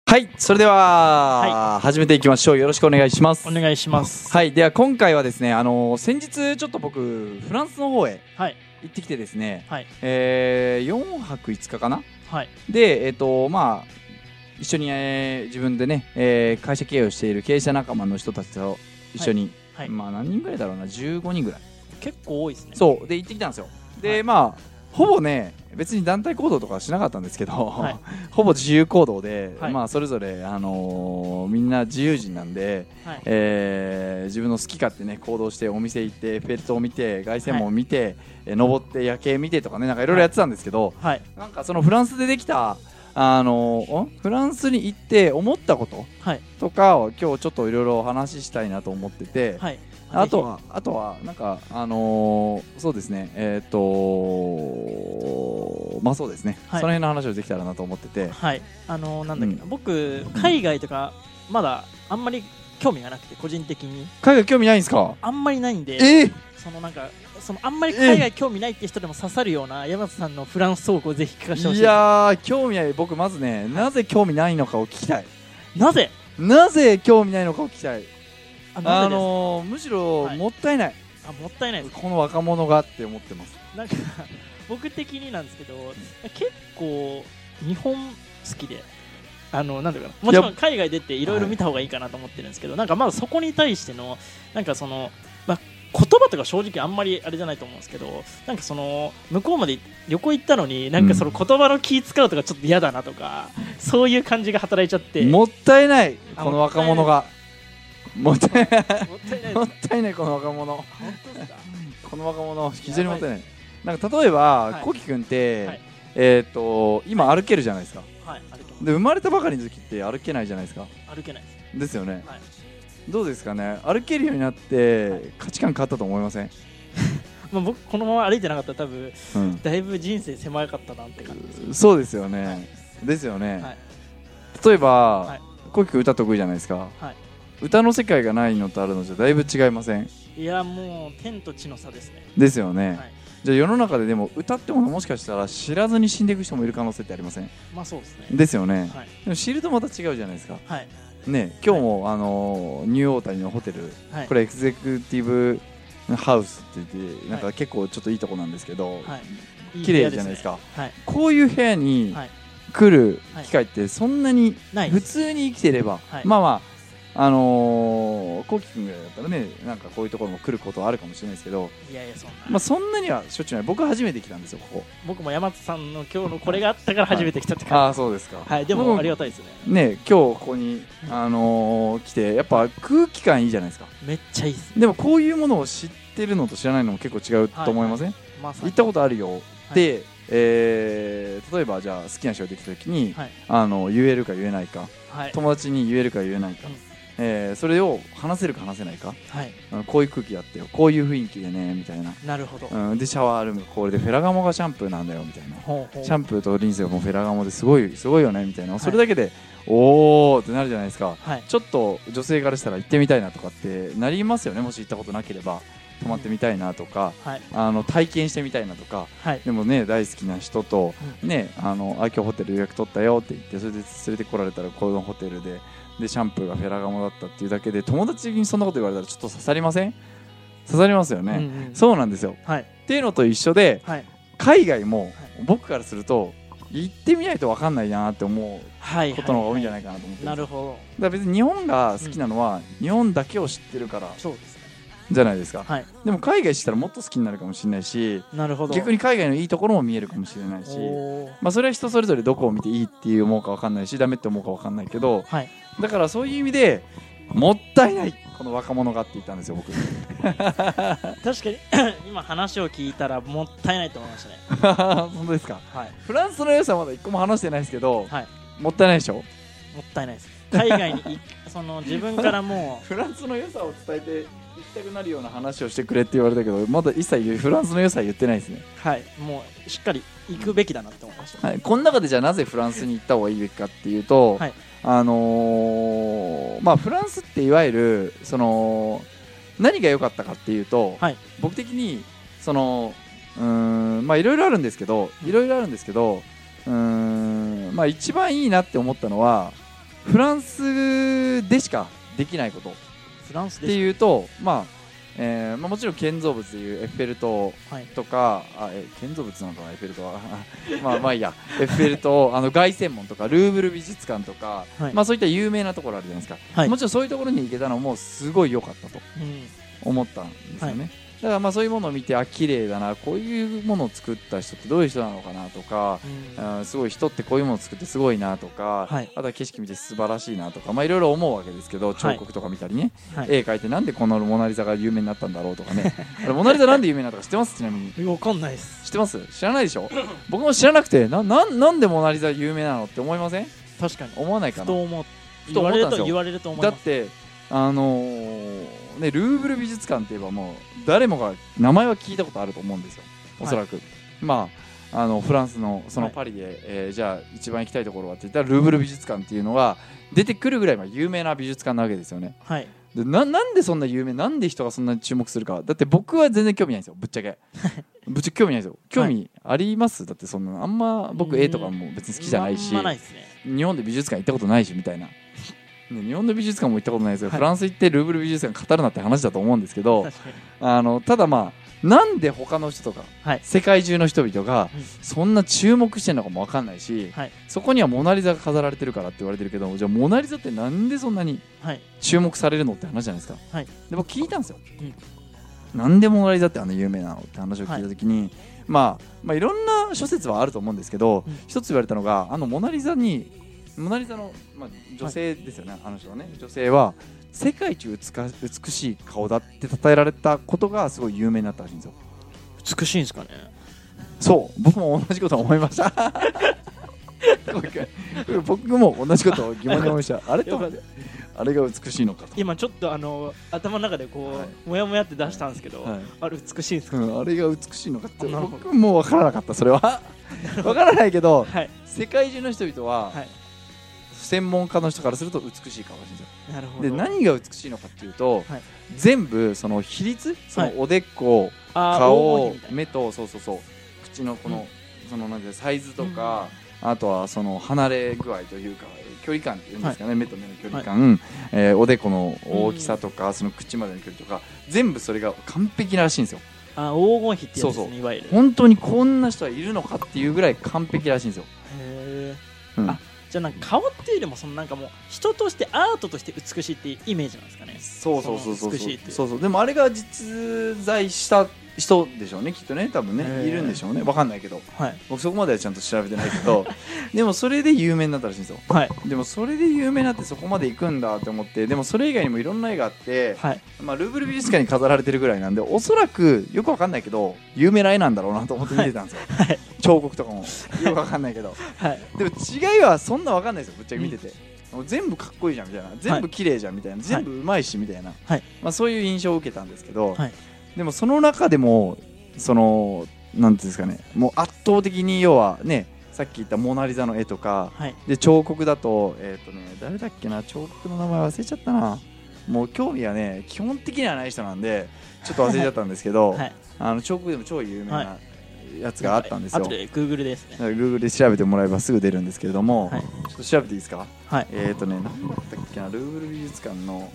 はい、それでは、 は始めていきましょう。よろしくお願いします。 お願いします。 はい、では今回はですね、先日ちょっと僕フランスの方へはい行ってきてですね、 はい 4泊5日かな。 はいで、まあ一緒に、自分でね、会社経営をしている経営者仲間の人たちと一緒に、 はいまあ何人ぐらいだろうな、15人ぐらい。 結構多いですね。 そうで行ってきたんですよ。で、 はいまあほぼね別に団体行動とかはしなかったんですけど、 はいほぼ自由行動で、 はいまあそれぞれ、みんな自由人なんで、 はい自分の好き勝手ね行動してお店行ってフェルトを見て凱旋門を見て、登って夜景見てとかね、なんかいろいろやってたんですけど、 はいなんかそのフランスでできたフランスに行って思ったことはいとかを今日ちょっといろいろお話ししたいなと思ってて、 はい。 あとはなんかそうですね、まあそうですね、 はいその辺の話をできたらなと思ってて、 はいなんだっけな、僕海外とかまだあんまり興味がなくて、個人的に海外興味ないんですか？ あんまりないんで、あんまり海外興味ないって人でも刺さるような山田さんのフランストークをぜひ聞かせてほしい。 いやー興味ない。僕まずね、なぜ興味ないのかを聞きたい。 なぜ興味ないのかを聞きたい。 なんでですむしろもったいない、 もったいないです。 この若者がって思ってます。 なんか僕的になんですけど、結構日本好きで、なんだかな、もちろん海外出ていろいろ見た方がいいかなと思ってるんですけど、なんかまだそこに対してのなんかその、言葉とか正直あんまりあれじゃないと思うんですけど、なんかその向こうまで旅行行ったのになんかその言葉の気使うとかちょっと嫌だなとか、そういう感じが働いちゃって、 もったいない、この若者が。もったいないもったいないもったいない、この若者。 本当ですか？ この若者非常にもったいない。なんか例えば、 はいコキ君って、 はい、 今歩けるじゃないですか。 はい、歩けで生まれたばかりの時って歩けないじゃないですか。 歩けないです。 ですよね。 はい、 どうですかね、歩けるようになって、 はい価値観変わったと思いません？ 僕このまま歩いてなかったら多分うんだいぶ人生狭かったなって感じです。 そうですよね、 はいですよね、 はい例えば、 はいコキ君歌得意じゃないですか、 はい、 歌の世界がないのとあるのじゃだいぶ違いません？ いやもう天と地の差ですね。 ですよね、 はい、 じゃあ世の中ででも歌ってものもしかしたら知らずに死んでいく人もいる可能性ってありません？ まあそうですね。 ですよね、 はいでも知るとまた違うじゃないですかはいね。今日も、ニューオータニのホテル、 はいこれエグゼクティブハウスって言ってなんかはい結構ちょっといいとこなんですけど、 はい、 綺麗じゃないですか。 はいこういう部屋にはい来る機会ってそんなにないです。 普通に生きていれば、 はいまあまあコウキ君ぐらいだったらね、なんかこういうところも来ることはあるかもしれないですけど、 いやいやそんな、 まあそんなにはしょっちゅうない。僕は初めて来たんですよ、ここ。 僕も山田さんの今日のこれがあったから初めて来たって感じ。 ああ、そうですか。 はい、で僕もありがたいですね。 ね、今日ここに、来てやっぱ空気感いいじゃないですか。 めっちゃいいです。 でもこういうものを知ってるのと知らないのも結構違うと思いません？ まさに行ったことあるよ、で、例えばじゃあ好きな人ができた時に、 はい言えるか言えないか、 はい友達に言えるか言えないか、それを話せるか話せないか、 はい、 こういう空気やってよ、こういう雰囲気でねみたいな、 なるほど。 でシャワールームこれでフェラガモがシャンプーなんだよみたいな、 ほうほうシャンプーとリンスがもうフェラガモですごいよねみたいな、それだけでおーってなるじゃないですか。 はいちょっと女性からしたら行ってみたいなとかってなりますよね。もし行ったことなければ泊まってみたいなとか、 はい体験してみたいなとか、 はいでもね大好きな人と、ね今日ホテル予約取ったよって言って、それで連れてこられたらこのホテルでシャンプーがフェラガモだったっていうだけで友達にそんなこと言われたらちょっと刺さりません？刺さりますよね、 うんうん、 そうなんですよ、 はいっていうのと一緒で、 はい海外も僕からすると行ってみないと分かんないなって思うはいことの方が多いんじゃないかなと思ってるんですよ。 なるほど。 だから別に日本が好きなのは、日本だけを知ってるからそうですね。 じゃないですか、 はい、 でも海外知ったらもっと好きになるかもしれないし、 なるほど。 逆に海外のいいところも見えるかもしれないし、 おーまあ、それは人それぞれどこを見ていいって思うか分かんないし、ダメって思うか分かんないけど、 はい、 だからそういう意味でもったいないこの若者がって言ったんですよ僕確かに今話を聞いたらもったいないと思いましたね。 本当ですか？ はいフランスの良さはまだ一個も話してないですけど、 はい、 もったいないでしょ？ もったいないです。海外にその自分からもフランスの良さを伝えて行きたくなるような話をしてくれって言われたけど、まだ一切フランスの良さは言ってないですね。 はい、もうしっかり行くべきだなって思いました。 はい、この中でじゃあなぜフランスに行った方がいいべきかっていうと、 はいまあフランスっていわゆるその何が良かったかっていうと、 はい僕的にそのまあいろいろあるんですけど、まあ一番いいなって思ったのはフランスでしかできないことっフランスでていうと、もちろん建造物でいうエッフェル塔とか、建造物なのかなエッフェル塔はまあいいやエッフェル塔凱旋門とかルーブル美術館とか、そういった有名なところあるじゃないですか、もちろんそういうところに行けたのもすごい良かったと思ったんですよね、だからそういうものを見て綺麗だな、こういうものを作った人ってどういう人なのかなとか、すごい人ってこういうものを作ってすごいなとか、あとは景色見て素晴らしいなとか、いろいろ思うわけですけど、彫刻とか見たりね、絵描いてなんでこのモナリザが有名になったんだろうとかねあれモナリザなんで有名なのか知ってます？ちなみにわかんないです。 知ってます？知らないでしょ僕も知らなくてなんでモナリザ有名なのって思いません？ 確かに思わないかな。 言われると思います。 だってルーブル美術館って言えばもう誰もが名前は聞いたことあると思うんですよ、おそらく、フランスのそのパリで、じゃあ一番行きたいところはって言ったらルーブル美術館っていうのが出てくるぐらい有名な美術館なわけですよね、でなんでそんな有名、なんで人がそんなに注目するか。だって僕は全然興味ないんですよ、ぶっちゃけぶっちゃけ興味ないですよ。興味あります？だってそんなあんま僕絵とかも別に好きじゃないし、日本で美術館行ったことないしみたいな日本の美術館も行ったことないですけど、フランス行ってルーブル美術館語るなって話だと思うんですけど、ただなんで他の人とか、世界中の人々がそんな注目してるのかも分かんないし、そこにはモナリザが飾られてるからって言われてるけど、じゃあモナリザってなんでそんなに注目されるのって話じゃないですか、で僕聞いたんですよ、なんでモナリザって有名なのって話を聞いた時に、いろんな諸説はあると思うんですけど、一つ言われたのがモナリザの、女性ですよね、あの人はね、女性は世界一美しい顔だって称えられたことがすごい有名になったらしいんですよ。 美しいんですかね。 そう僕も同じこと思いました僕も同じことを疑問に思いましたあれとあれが美しいのかと。 今ちょっと頭の中でもやもやって出したんですけど、あれ美しいんですか、 あれが美しいのかって僕も分からなかった。それは分からないけど、世界中の人々は、専門家の人からすると美しい顔らしいんですよ。 なるほど。 で何が美しいのかっていうと、全部その比率、そのおでこ、顔、目と口のこの、そのなんてサイズとか、あとはその離れ具合というか距離感っていうんですかね、目と目の距離感、おでこの大きさとか、その口までの距離とか全部それが完璧らしいんですよ。 黄金比ってやつですね、いわゆる。 本当にこんな人はいるのかっていうぐらい完璧らしいんですよ。 じゃあなんか顔っていうよりもなんかもう人としてアートとして美しいっていうイメージなんですかね。 そうでもあれが実在した人でしょうね、きっとね、多分ね、いるんでしょうね、分かんないけど、僕そこまではちゃんと調べてないけどでもそれで有名になったらしいんですよ、でもそれで有名になってそこまで行くんだって思って、でもそれ以外にもいろんな絵があって、ルーブル美術館に飾られてるぐらいなんで、おそらくよく分かんないけど有名な絵なんだろうなと思って見てたんですよ、彫刻とかもよく分かんないけど、でも違いはそんな分かんないですよ、ぶっちゃけ見てて、全部かっこいいじゃんみたいな、全部綺麗じゃんみたいな、全部うまいしみたいな、そういう印象を受けたんですけど、でもその中でもなんていうんですかね、もう圧倒的に要はね、さっき言ったモナリザの絵とか、で彫刻だと誰だっけな、彫刻の名前忘れちゃったな、もう興味はね基本的にはない人なんでちょっと忘れちゃったんですけど、彫刻でも超有名なやつがあったんですよ。 後で Google ですね。 Google で調べてもらえばすぐ出るんですけれども、ちょっと調べていいですか。何だったっけな、ルーブル美術館の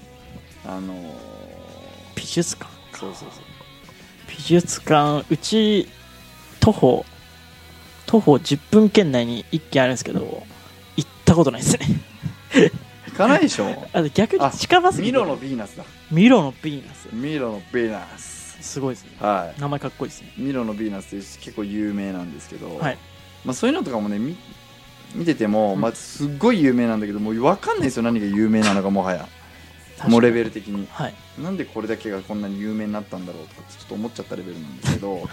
美術館、 そう美術館、うち徒歩10分圏内に1軒あるんですけど、行ったことないですね行かないでしょ逆に近場すぎて。 ミロのヴィーナスだ。 ミロのヴィーナスすごいですね、名前かっこいいですね。 ミロのヴィーナスって結構有名なんですけど、そういうのとかもね見てても、すっごい有名なんだけど、もう分かんないですよ、何が有名なのか、もはやもうレベル的に、なんでこれだけがこんなに有名になったんだろうとかちょっと思っちゃったレベルなんですけど、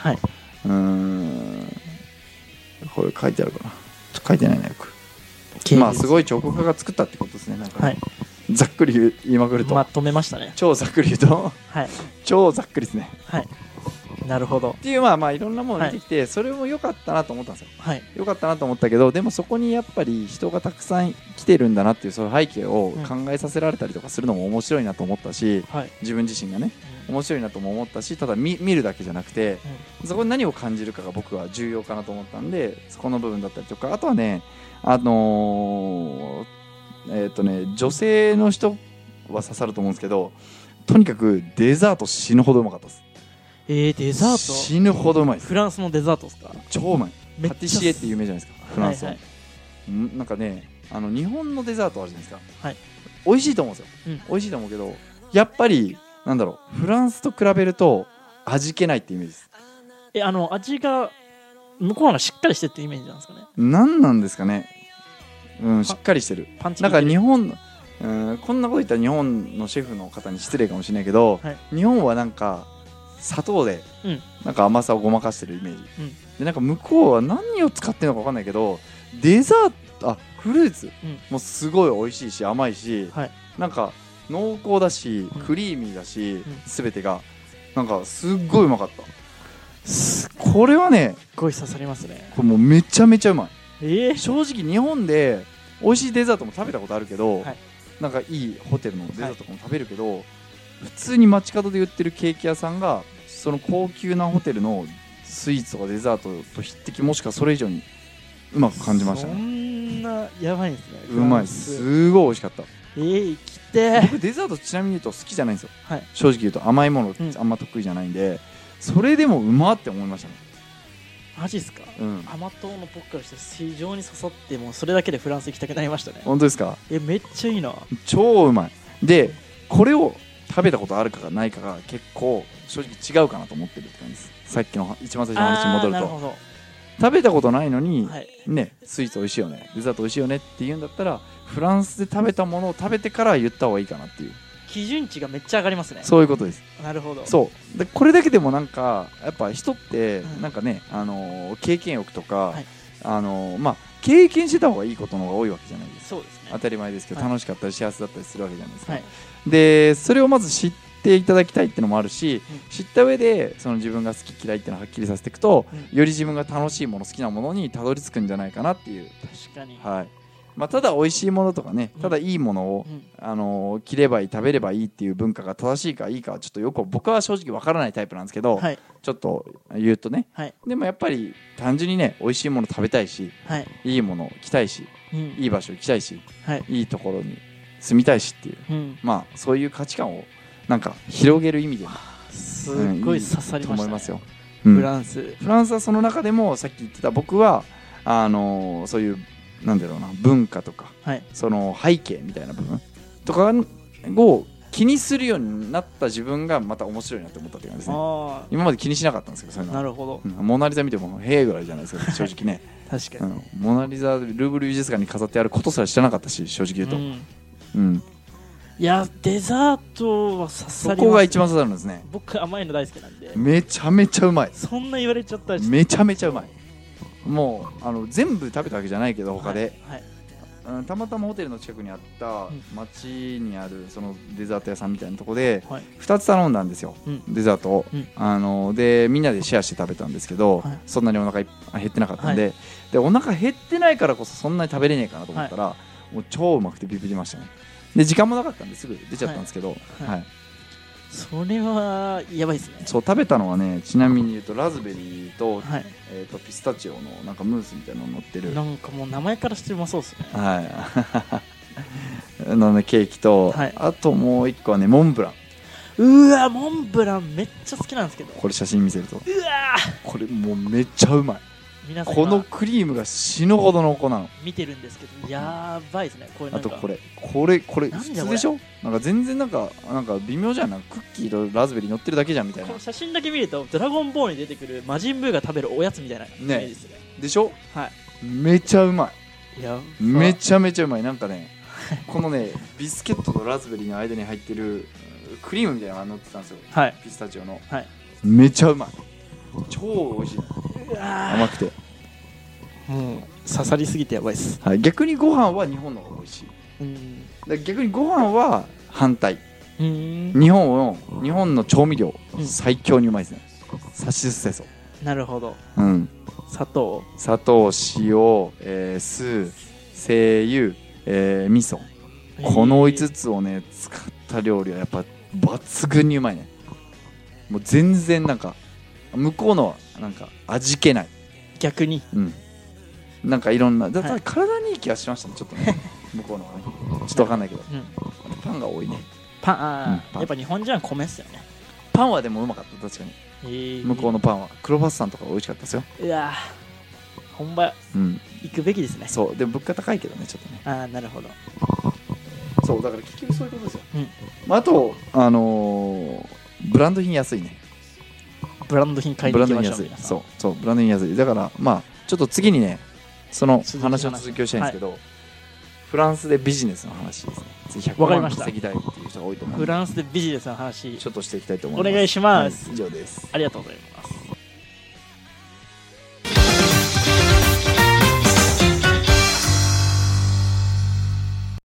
これ書いてあるかな、書いてないなよく。すごい彫刻家が作ったってことですね。なんかざっくり言いまくると、 まとめましたね。 超ざっくり言うと、超ざっくりですね。 なるほど。 っていういろんなものを見てきて、それも良かったなと思ったんですよ。良かったなと思ったけど、でもそこにやっぱり人がたくさん来てるんだなっていう、そういう背景を考えさせられたりとかするのも面白いなと思ったし、自分自身がね面白いなとも思ったし、ただ見るだけじゃなくて、そこに何を感じるかが僕は重要かなと思ったんで、そこの部分だったりとか、あとはね女性の人は刺さると思うんですけど、とにかくデザート死ぬほどうまかったです。 デザート死ぬほどうまいです。 フランスのデザートですか？ 超うまい。 めっちゃパティシエって有名じゃないですか、フランスは。 はいなんかね、日本のデザートあるじゃないですか、 はい、 美味しいと思うんですよ、美味しいと思うけど、やっぱりなんだろう、フランスと比べると味気ないってイメージです。 味が向こうがしっかりしてってイメージなんですかね。 何なんですかね、しっかりしてる。 パンチなんか日本、こんなこと言ったら日本のシェフの方に失礼かもしれないけど、はい、日本はなんか砂糖でなんか甘さをごまかしてるイメージ、でなんか向こうは何を使ってるのか分かんないけど、デザート、フルーツもすごい美味しいし甘いし、はい、なんか濃厚だしクリーミーだし、全てがなんかすっごいうまかった。これはね、 すごい刺さりますね。 これもうめちゃめちゃうまい。正直日本で美味しいデザートも食べたことあるけど、はい、なんかいいホテルのデザートとかも食べるけど、はい、普通に街角で売ってるケーキ屋さんがその高級なホテルのスイーツとかデザートと匹敵、もしくはそれ以上にうまく感じましたね。 そんなやばいですね。 うまい、すごい美味しかった。 生きて。 僕デザートちなみに言うと好きじゃないんですよ、はい、正直言うと甘いものあんま得意じゃないんで、それでもうまって思いましたね。 マジですか？甘党の僕からして非常に刺さって、もうそれだけでフランス行きたくなりましたね。 本当ですか？ めっちゃいいな。 超うまい。でこれを食べたことあるかがないかが結構正直違うかなと思ってるって感じです。さっきの一番最初の話に戻ると、食べたことないのに、はい、ね、スイーツ美味しいよね、デザート美味しいよねって言うんだったら、フランスで食べたものを食べてから言った方がいいかなっていう。 基準値がめっちゃ上がりますね。 そういうことです。 なるほど。 そうで、これだけでもなんかやっぱ人ってなんかね、経験欲とか、はい、経験してた方がいいことの方が多いわけじゃないですか。そうですね、当たり前ですけど、楽しかったり幸せだったりするわけじゃないですか、はい、でそれをまず知っていただきたいっていうのもあるし、知った上でその自分が好き嫌いっていうのをはっきりさせていくと、より自分が楽しいもの、好きなものにたどり着くんじゃないかなっていう。 確かに、 はい、ただ美味しいものとかね、ただいいものを、着ればいい、食べればいいっていう文化が正しいかいいかはちょっとよく僕は正直わからないタイプなんですけど、はい、ちょっと言うとね、はい、でもやっぱり単純にね、美味しいもの食べたいし、はい、いいもの着たいし、いい場所行きたいし、はい、いいところに住みたいしっていう、そういう価値観をなんか広げる意味でもすごい刺さりましたね、と思いますよ。フランスはその中でもさっき言ってた、僕はそういうなんだろうな、文化とか、はい、その背景みたいな部分とかを気にするようになった自分がまた面白いなって思ったっていう感じですね。今まで気にしなかったんですけど、そういうの。 なるほど、 モナリザ見てもへえぐらいじゃないですか、正直ね。 確かに、 モナリザルーブル美術館に飾ってあることすら知らなかったし、正直言うと、 いやデザートは刺さりますね。 そこが一番刺さるんですね。 僕甘いの大好きなんで。 めちゃめちゃうまい。 そんな言われちゃったらめちゃめちゃうまい。もう全部食べたわけじゃないけど他で、はいはい、たまたまホテルの近くにあった町にあるそのデザート屋さんみたいなところで2つ頼んだんですよ、デザートを、でみんなでシェアして食べたんですけど、はい、そんなにお腹減ってなかったんで、はい、でお腹減ってないからこそそんなに食べれねえかなと思ったら、はい、もう超うまくてビビりましたね。で時間もなかったんですぐ出ちゃったんですけど、はいはい、 それはやばいですね。 そう食べたのはね、ちなみに言うとラズベリーと、はい、ピスタチオのなんかムースみたいなの乗ってる、 なんかもう名前からしてうまそうですね。 はいの、ね、ケーキと、はい、あともう一個はねモンブラン。 うわモンブランめっちゃ好きなんですけど、 これ写真見せると、うわこれもうめっちゃうまい。 皆さんこのクリームが死ぬほど濃厚なの。 見てるんですけどやばいですね。これなんかあとこれ普通でしょ。なんか全然なんか微妙じゃん。なんかクッキーとラズベリー乗ってるだけじゃんみたいな。 この写真だけ見るとドラゴンボールに出てくる魔人ブーが食べるおやつみたいなイメージですね。 でしょ。 はい。 めちゃうまい。めちゃめちゃうまい。なんかねこのねビスケットとラズベリーの間に入ってるクリームみたいなのが乗ってたんですよ、はい、ピスタチオの、はい、めちゃうまい。超美味しい。甘くてもう刺さりすぎてやばいです、 はい、逆にご飯は日本の方が美味しい。で逆にご飯は反対。日本の調味料、最強にうまいですね。さしすせそ。 なるほど、砂糖、 塩、酢、精油、味噌、この5つをね使った料理はやっぱ抜群にうまいね。もう全然なんか向こうのはなんか味気ない。 逆に、 なんかいろんなだから体にいい気がしましたね、ちょっとね。 向こうのはねちょっとわかんないけど、 うん、 パンが多いね。 パン、 パンやっぱ日本人は米っすよね。 パンはでもうまかった確かに、向こうのパンはクロワッサンとか美味しかったですよ。 うわ本場行くべきですね。 そうでも物価高いけどねちょっとね。 ああなるほど。 そうだから結局そういうことですよ、 うん、 あとブランド品安いね。 ブランド品買いに行きましょう。 そうブランド品安い。だからまあちょっと次にねその話の続きをしたいんですけど、フランスでビジネスの話ですね。次100万稼ぎたいっていう人が多いと思う。 フランスでビジネスの話ちょっとしていきたいと思います。 お願いします、 以上です。 ありがとうございます。